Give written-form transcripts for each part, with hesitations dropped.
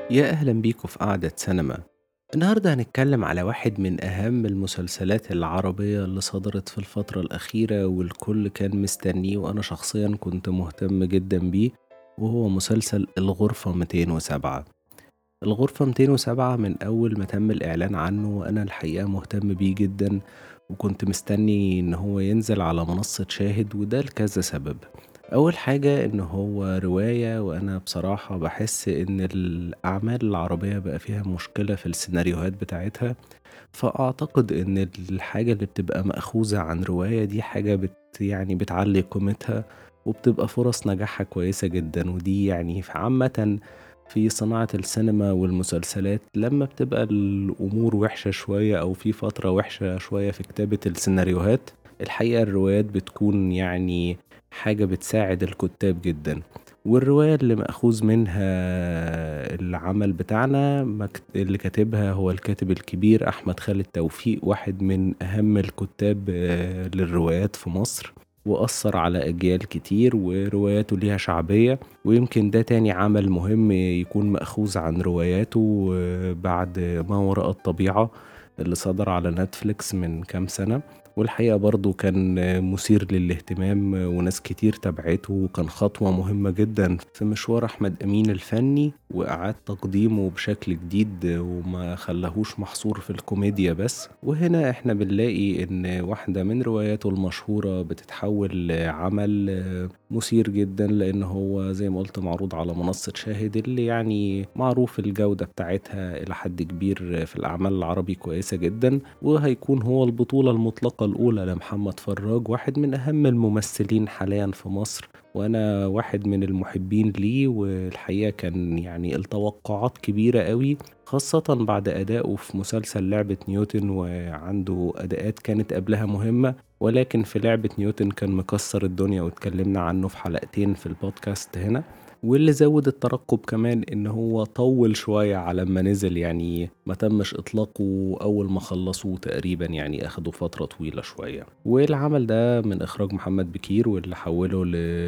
يا أهلا بيكم في قعدة سينما. النهاردة هنتكلم على واحد من أهم المسلسلات العربية اللي صدرت في الفترة الأخيرة والكل كان مستنيه وأنا شخصيا كنت مهتم جدا بيه، وهو مسلسل الغرفة 207. الغرفة 207 من أول ما تم الإعلان عنه وأنا الحقيقة مهتم بيه جدا، وكنت مستني إن هو ينزل على منصة شاهد، وده لكذا سبب. أول حاجة إن هو رواية، وأنا بصراحة بحس إن الأعمال العربية بقى فيها مشكلة في السيناريوهات بتاعتها. فأعتقد إن الحاجة اللي بتبقى مأخوذة عن رواية دي حاجة يعني بتعلي قيمتها، وبتبقى فرص نجاحها كويسة جدا. ودي يعني في عامة في صناعة السينما والمسلسلات لما بتبقى الأمور وحشة شوية أو في فترة وحشة شوية في كتابة السيناريوهات، الحقيقة الروايات بتكون يعني حاجة بتساعد الكتاب جدا. والرواية اللي مأخوذ منها العمل بتاعنا اللي كاتبها هو الكاتب الكبير أحمد خالد توفيق، واحد من أهم الكتاب للروايات في مصر، وأثر على أجيال كتير ورواياته ليها شعبية. ويمكن ده تاني عمل مهم يكون مأخوذ عن رواياته بعد ما وراء الطبيعة اللي صدر على نتفليكس من كام سنة. والحقيقة برضو كان مثير للاهتمام وناس كتير تابعته، وكان خطوة مهمة جدا في مشوار أحمد أمين الفني، وإعاد تقديمه بشكل جديد وما خلاهوش محصور في الكوميديا بس. وهنا احنا بنلاقي إن واحدة من رواياته المشهورة بتتحول لعمل مثير جدا، لأن هو زي ما قلت معروض على منصة شاهد اللي يعني معروف الجودة بتاعتها إلى حد كبير في الأعمال العربي كويسة جدا. وهيكون هو البطولة المطلقة الأولى لمحمد فراج، واحد من أهم الممثلين حاليا في مصر، وأنا واحد من المحبين ليه. والحقيقة كان يعني التوقعات كبيرة قوي، خاصة بعد أدائه في مسلسل لعبة نيوتن، وعنده أداءات كانت قبلها مهمة، ولكن في لعبة نيوتن كان مكسر الدنيا واتكلمنا عنه في حلقتين في البودكاست هنا. واللي زود الترقب كمان ان هو طول شوية على ما نزل، يعني ما تمش اطلاقه اول ما خلصوه تقريبا، يعني اخدوا فترة طويلة شوية. والعمل ده من اخراج محمد بكير، واللي حوله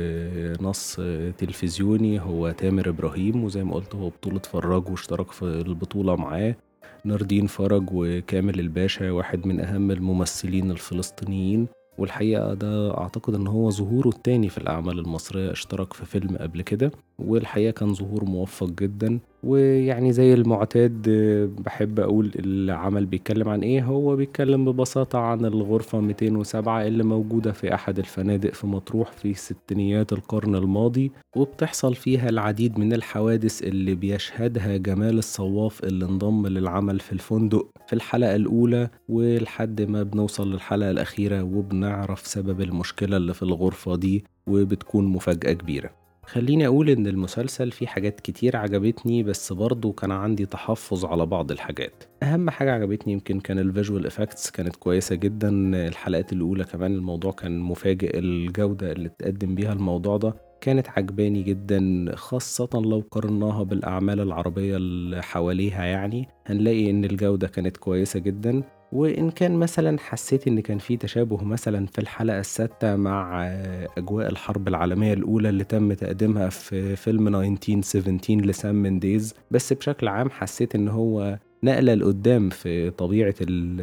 لنص تلفزيوني هو تامر ابراهيم، وزي ما قلت هو بطولة فراج، واشترك في البطولة معاه ناردين فرج وكامل الباشا، واحد من أهم الممثلين الفلسطينيين. والحقيقة ده أعتقد إن هو ظهوره التاني في الأعمال المصرية، اشترك في فيلم قبل كده، والحقيقة كان ظهور موفق جدا. ويعني زي المعتاد بحب أقول العمل بيتكلم عن إيه. هو بيتكلم ببساطة عن الغرفة 207 اللي موجودة في أحد الفنادق في مطروح في ستينيات القرن الماضي، وبتحصل فيها العديد من الحوادث اللي بيشهدها جمال الصواف اللي انضم للعمل في الفندق في الحلقة الأولى، ولحد ما بنوصل للحلقة الأخيرة وبنعرف سبب المشكلة اللي في الغرفة دي، وبتكون مفاجأة كبيرة. خليني أقول إن المسلسل فيه حاجات كتير عجبتني، بس برضو كان عندي تحفظ على بعض الحاجات. أهم حاجة عجبتني يمكن كان الفيجوال إفكتس، كانت كويسة جدا. الحلقات الأولى كمان الموضوع كان مفاجئ، الجودة اللي تقدم بيها الموضوع ده كانت عجباني جدا، خاصة لو قارناها بالأعمال العربية اللي حواليها، يعني هنلاقي إن الجودة كانت كويسة جدا. وإن كان مثلا حسيت إن كان في تشابه مثلا في الحلقة السادسة مع أجواء الحرب العالمية الأولى اللي تم تقديمها في فيلم 1917 لسام منديز، بس بشكل عام حسيت إن هو نقلة لقدام في طبيعة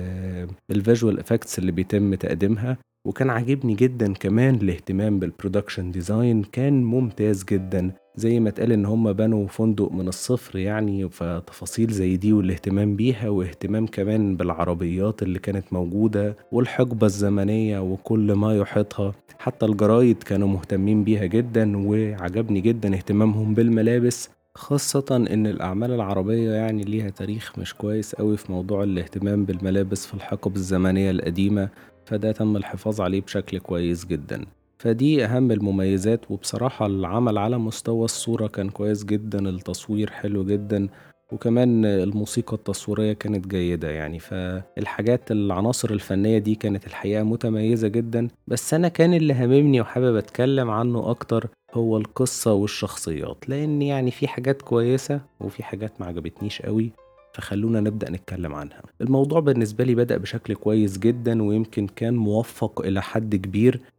الفيجوال افكتس اللي بيتم تقديمها. وكان عاجبني جدا كمان الاهتمام بالبرودكشن ديزاين، كان ممتاز جدا. زي ما اتقال ان هم بنوا فندق من الصفر، يعني فتفاصيل زي دي والاهتمام بيها، واهتمام كمان بالعربيات اللي كانت موجودة والحقبة الزمنية وكل ما يحيطها. حتى الجرايد كانوا مهتمين بيها جدا، وعجبني جدا اهتمامهم بالملابس، خاصة إن الأعمال العربية يعني ليها تاريخ مش كويس قوي في موضوع الاهتمام بالملابس في الحقب الزمنية القديمة، فده تم الحفاظ عليه بشكل كويس جدا. فدي أهم المميزات. وبصراحة العمل على مستوى الصورة كان كويس جدا، التصوير حلو جدا، وكمان الموسيقى التصويرية كانت جيدة. يعني فالحاجات العناصر الفنية دي كانت الحقيقة متميزة جدا. بس أنا كان اللي هممني وحابب أتكلم عنه أكتر هو القصة والشخصيات، لأن يعني في حاجات كويسة وفي حاجات ما عجبتنيش قوي. فخلونا نبدأ نتكلم عنها. الموضوع بالنسبة لي بدأ بشكل كويس جدا، ويمكن كان موفق إلى حد كبير،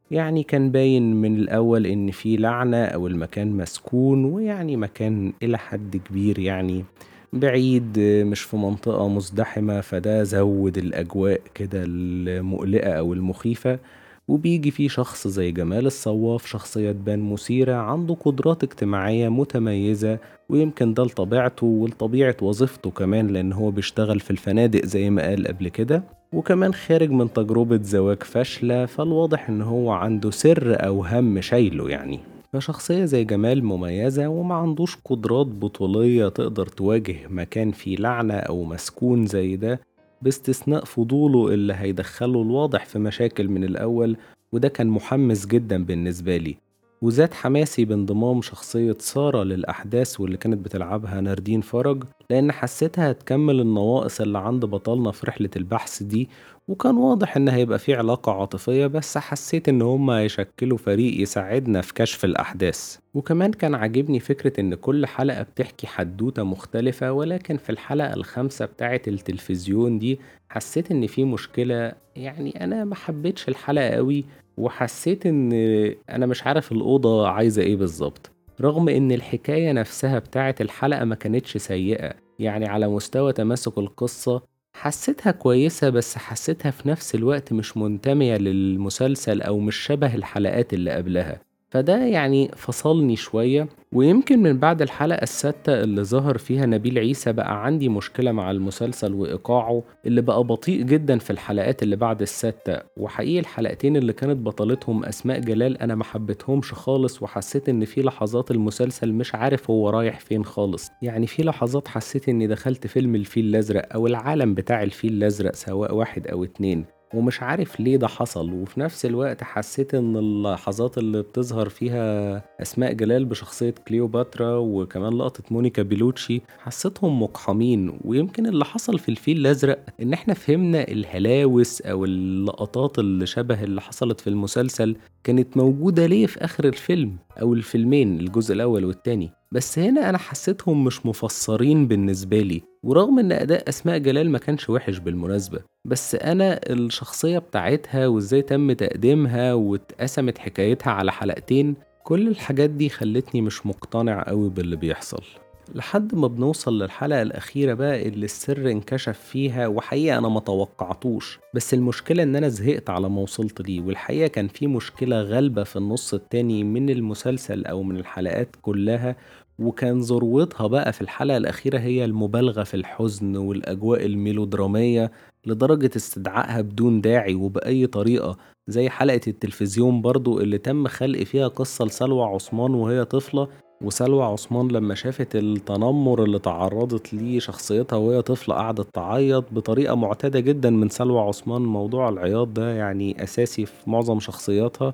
يعني كان باين من الأول إن في لعنة أو المكان مسكون، ويعني مكان إلى حد كبير يعني بعيد، مش في منطقة مزدحمة، فده زود الأجواء كده المقلقة أو المخيفة. وبيجي فيه شخص زي جمال الصواف، شخصية تبان مثيرة، عنده قدرات اجتماعية متميزة، ويمكن ده لطبيعته ولطبيعة وظيفته كمان، لأن هو بيشتغل في الفنادق زي ما قال قبل كده، وكمان خارج من تجربة زواج فاشلة، فالواضح إن هو عنده سر أو هم شايله يعني. فشخصية زي جمال مميزة وما عندوش قدرات بطولية تقدر تواجه مكان فيه لعنة أو مسكون زي ده، باستثناء فضوله اللي هيدخله الواضح في مشاكل من الأول، وده كان محمس جدا بالنسبة لي. وزاد حماسي بانضمام شخصية سارة للأحداث واللي كانت بتلعبها ناردين فرج، لأن حسيتها هتكمل النواقص اللي عند بطلنا في رحلة البحث دي. وكان واضح إن هيبقى في علاقة عاطفية، بس حسيت إن هما هيشكلوا فريق يساعدنا في كشف الأحداث. وكمان كان عاجبني فكرة إن كل حلقة بتحكي حدوتة مختلفة، ولكن في الحلقة الخامسة بتاعة التلفزيون دي حسيت إن في مشكلة، يعني أنا ما حبيتش الحلقة قوي، وحسيت إن أنا مش عارف الأوضة عايزة إيه بالظبط، رغم إن الحكاية نفسها بتاعة الحلقة ما كانتش سيئة. يعني على مستوى تماسك القصة حسيتها كويسة، بس حسيتها في نفس الوقت مش منتمية للمسلسل أو مش شبه الحلقات اللي قبلها، فده يعني فصلني شوية. ويمكن من بعد الحلقة السادسة اللي ظهر فيها نبيل عيسى بقى عندي مشكلة مع المسلسل وإيقاعه اللي بقى بطيء جدا في الحلقات اللي بعد السادسة. وحقيقي الحلقتين اللي كانت بطلتهم أسماء جلال أنا ما حبيتهمش خالص، وحسيت إن في لحظات المسلسل مش عارف هو رايح فين خالص. يعني في لحظات حسيت إني دخلت فيلم الفيل الأزرق أو العالم بتاع الفيل الأزرق سواء واحد أو اتنين، ومش عارف ليه ده حصل. وفي نفس الوقت حسيت ان اللحظات اللي بتظهر فيها اسماء جلال بشخصية كليوباترا وكمان لقطة مونيكا بيلوتشي حسيتهم مقحمين. ويمكن اللي حصل في الفيل الازرق ان احنا فهمنا الهلاوس او اللقطات اللي شبه اللي حصلت في المسلسل كانت موجودة ليه في اخر الفيلم او الفيلمين، الجزء الاول والتاني، بس هنا انا حسيتهم مش مفسرين بالنسبة لي. ورغم ان اداء اسماء جلال ما كانش وحش بالمناسبة، بس أنا الشخصية بتاعتها وإزاي تم تقديمها واتقسمت حكايتها على حلقتين، كل الحاجات دي خلتني مش مقتنع قوي باللي بيحصل، لحد ما بنوصل للحلقة الأخيرة بقى اللي السر انكشف فيها. وحقيقة أنا ما توقعتوش، بس المشكلة إن أنا زهقت على ما وصلت ليه. والحقيقة كان في مشكلة غالبة في النص التاني من المسلسل أو من الحلقات كلها، وكان ذروتها بقى في الحلقة الأخيرة هي المبالغة في الحزن والأجواء الميلودرامية لدرجة استدعائها بدون داعي وبأي طريقة، زي حلقة التلفزيون برضو اللي تم خلق فيها قصة لسلوى عثمان وهي طفلة. وسلوى عثمان لما شافت التنمر اللي تعرضت ليه شخصيتها وهي طفلة قعدت تعيط بطريقة معتادة جدا من سلوى عثمان، موضوع العياط ده يعني أساسي في معظم شخصياتها.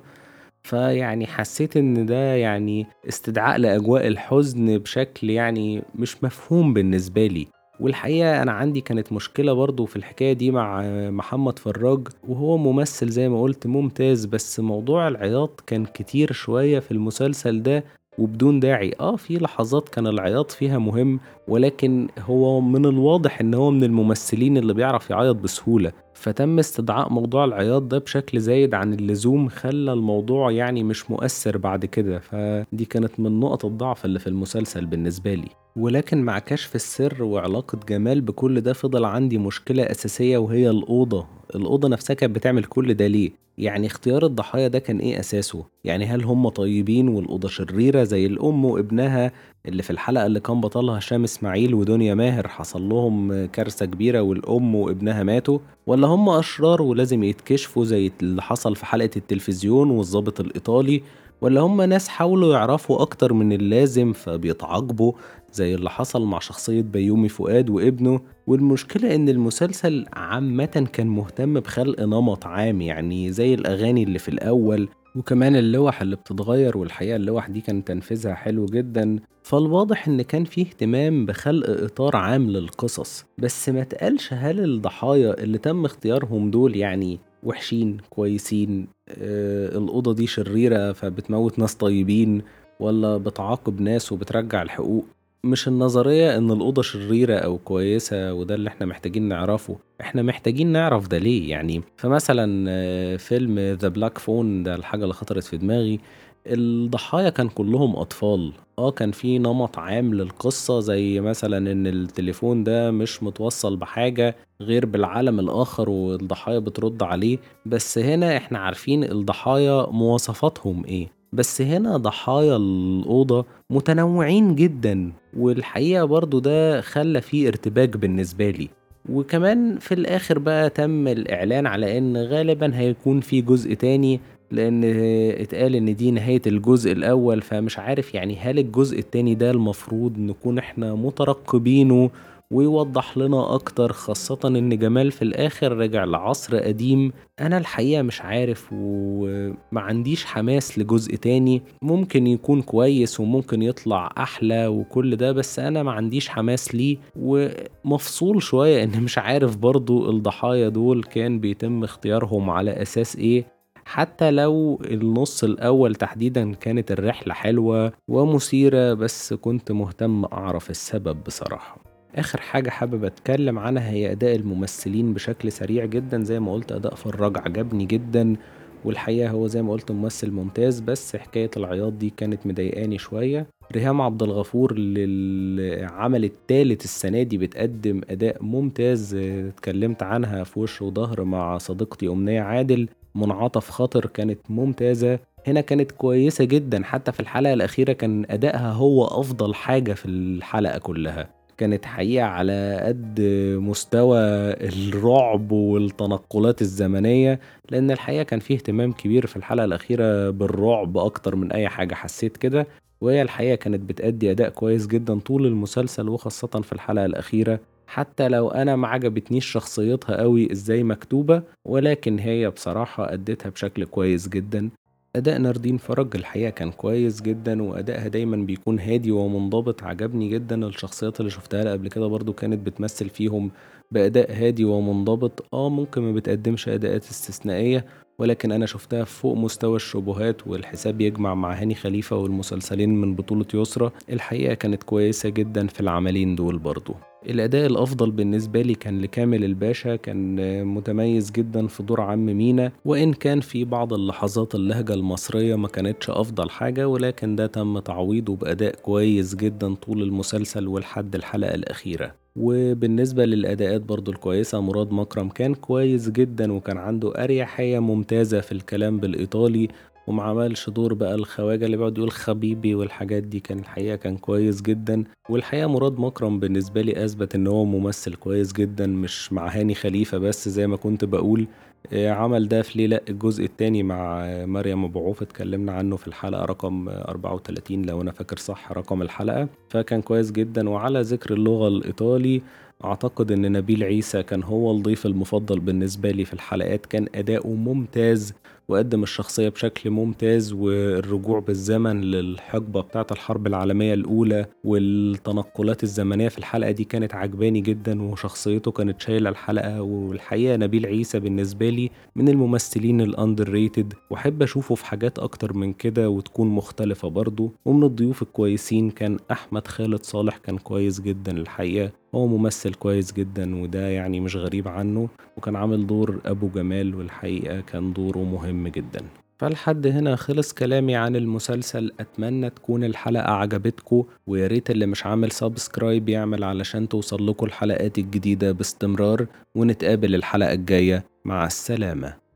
فيعني حسيت إن ده يعني استدعاء لأجواء الحزن بشكل يعني مش مفهوم بالنسبة لي. والحقيقة أنا عندي كانت مشكلة برضو في الحكاية دي مع محمد فراج، وهو ممثل زي ما قلت ممتاز، بس موضوع العياط كان كتير شوية في المسلسل ده وبدون داعي. في لحظات كان العياط فيها مهم، ولكن هو من الواضح ان هو من الممثلين اللي بيعرف يعيط بسهولة، فتم استدعاء موضوع العياط ده بشكل زايد عن اللزوم، خلى الموضوع يعني مش مؤثر بعد كده. فدي كانت من نقط الضعف اللي في المسلسل بالنسبة لي. ولكن مع كشف السر وعلاقة جمال بكل ده فضل عندي مشكلة أساسية، وهي الأوضة نفسها كانت بتعمل كل ده ليه؟ يعني اختيار الضحايا ده كان ايه أساسه؟ يعني هل هم طيبين والأوضة شريرة زي الأم وابنها اللي في الحلقة اللي كان بطلها هشام إسماعيل ودنيا ماهر حصل لهم كارثة كبيرة والأم وابنها ماتوا؟ ولا هم أشرار ولازم يتكشفوا زي اللي حصل في حلقة التلفزيون والضابط الإيطالي؟ ولا هم ناس حاولوا يعرفوا أكتر من اللازم فبيتعاقبوا زي اللي حصل مع شخصية بيومي فؤاد وابنه؟ والمشكلة إن المسلسل عامة كان مهتم بخلق نمط عام، يعني زي الأغاني اللي في الأول وكمان اللوح اللي بتتغير، والحقيقة اللوح دي كان تنفيذها حلو جدا. فالواضح إن كان فيه اهتمام بخلق إطار عام للقصص، بس ما تقالش هل الضحايا اللي تم اختيارهم دول يعني وحشين كويسين، الأوضة دي شريرة فبتموت ناس طيبين، ولا بتعاقب ناس وبترجع الحقوق؟ مش النظرية إن الأوضة شريرة أو كويسة وده اللي إحنا محتاجين نعرفه، إحنا محتاجين نعرف ده ليه. يعني فمثلا فيلم The Black Phone ده الحاجة اللي خطرت في دماغي، الضحايا كان كلهم أطفال. كان في نمط عام للقصة زي مثلا إن التليفون ده مش متوصل بحاجة غير بالعالم الآخر والضحايا بترد عليه. بس هنا إحنا عارفين الضحايا مواصفاتهم إيه، بس هنا ضحايا الأوضة متنوعين جدًا، والحقيقة برضه ده خلّى في ارتباك بالنسبة لي، وكمان في الآخر بقى تم الإعلان على إن غالبًا هيكون في جزء تاني، لإن اتقال إن دي نهاية الجزء الأول. فمش عارف يعني هل الجزء التاني ده المفروض نكون إحنا مترقبينه ويوضح لنا أكتر، خاصةً إن جمال في الآخر رجع لعصر قديم. أنا الحقيقة مش عارف وما عنديش حماس لجزء تاني. ممكن يكون كويس وممكن يطلع أحلى وكل ده، بس أنا ما عنديش حماس ليه ومفصول شوية إن مش عارف برضه الضحايا دول كان بيتم اختيارهم على أساس إيه. حتى لو النص الأول تحديدًا كانت الرحلة حلوة ومثيرة، بس كنت مهتم أعرف السبب بصراحة. آخر حاجة حابب أتكلم عنها هي أداء الممثلين بشكل سريع جدًا. زي ما قُلت أداء فراج عجبني جدًا، والحقيقة هو زي ما قُلت ممثل ممتاز، بس حكاية العياط دي كانت مضايقاني شوية. ريهام عبد الغفور للعمل التالت السنة دي بتقدم أداء ممتاز، اتكلمت عنها في وش وضهر مع صديقتي أمنية عادل. منعطف خاطر كانت ممتازة، هنا كانت كويسة جدًا، حتى في الحلقة الأخيرة كان أدائها هو أفضل حاجة في الحلقة كلها. كانت حقيقة على قد مستوى الرعب والتنقلات الزمنية، لأن الحقيقة كان فيه اهتمام كبير في الحلقة الأخيرة بالرعب أكتر من أي حاجة، حسيت كده. وهي الحقيقة كانت بتأدي أداء كويس جدا طول المسلسل وخاصة في الحلقة الأخيرة. حتى لو أنا ما عجبتنيش شخصيتها قوي إزاي مكتوبة، ولكن هي بصراحة أدتها بشكل كويس جدا. أداء ناردين فرج الحقيقة كان كويس جدًا، وأدائها دايمًا بيكون هادي ومنضبط، عجبني جدًا. الشخصيات اللي شُفتها لها قبل كده برضه كانت بتمثّل فيهم بأداء هادي ومنضبط. ممكن ما بتقدّمش أداءات استثنائية، ولكن أنا شُفتها فوق مستوى الشبهات والحساب يجمع مع هاني خليفة والمسلسلين من بطولة يسرا. الحقيقة كانت كويسة جدًا في العملين دول برضه. الأداء الأفضل بالنسبة لي كان لكامل الباشا، كان متميز جدًا في دور عم مينا، وإن كان في بعض اللحظات اللهجة المصرية ما كانتش أفضل حاجة، ولكن ده تم تعويضه بأداء كويس جدًا طول المسلسل ولحد الحلقة الأخيرة. وبالنسبة للأداءات برضه الكويسة، مراد مكرم كان كويس جدًا وكان عنده أريحية ممتازة في الكلام بالإيطالي، وما عملش دور بقى الخواجة اللي بيقعد يقول خبيبي والحاجات دي. كان الحقيقة كان كويس جدًا. والحقيقة مراد مكرم بالنسبة لي أثبت إن هو ممثل كويس جدًا، مش مع هاني خليفة بس زي ما كنت باقول. عمل ده في ليه لأ الجزء التاني مع مريم أبو عوف، اتكلمنا عنه في الحلقة رقم 34 لو أنا فاكر صح رقم الحلقة، فكان كويس جدًا. وعلى ذكر اللغة الإيطالي، أعتقد إن نبيل عيسى كان هو الضيف المفضل بالنسبة لي في الحلقات، كان أداؤه ممتاز وقدم الشخصية بشكل ممتاز. والرجوع بالزمن للحقبة بتاعة الحرب العالمية الأولى والتنقلات الزمنية في الحلقة دي كانت عجباني جدًا، وشخصيته كانت شايلة الحلقة. والحقيقة نبيل عيسى بالنسبة لي من الممثلين الunderrated، وأحب أشوفه في حاجات أكتر من كده وتكون مختلفة برضه. ومن الضيوف الكويسين كان أحمد خالد صالح، كان كويس جدًا الحقيقة، هو ممثل كويس جدًا وده يعني مش غريب عنه، وكان عامل دور أبو جمال والحقيقة كان دوره مهم جدًا. فلحد هنا خلص كلامي عن المسلسل. أتمنى تكون الحلقة عجبتكم، ويا ريت اللي مش عامل سبسكرايب يعمل علشان توصل لكم الحلقات الجديدة باستمرار. ونتقابل الحلقة الجاية، مع السلامة.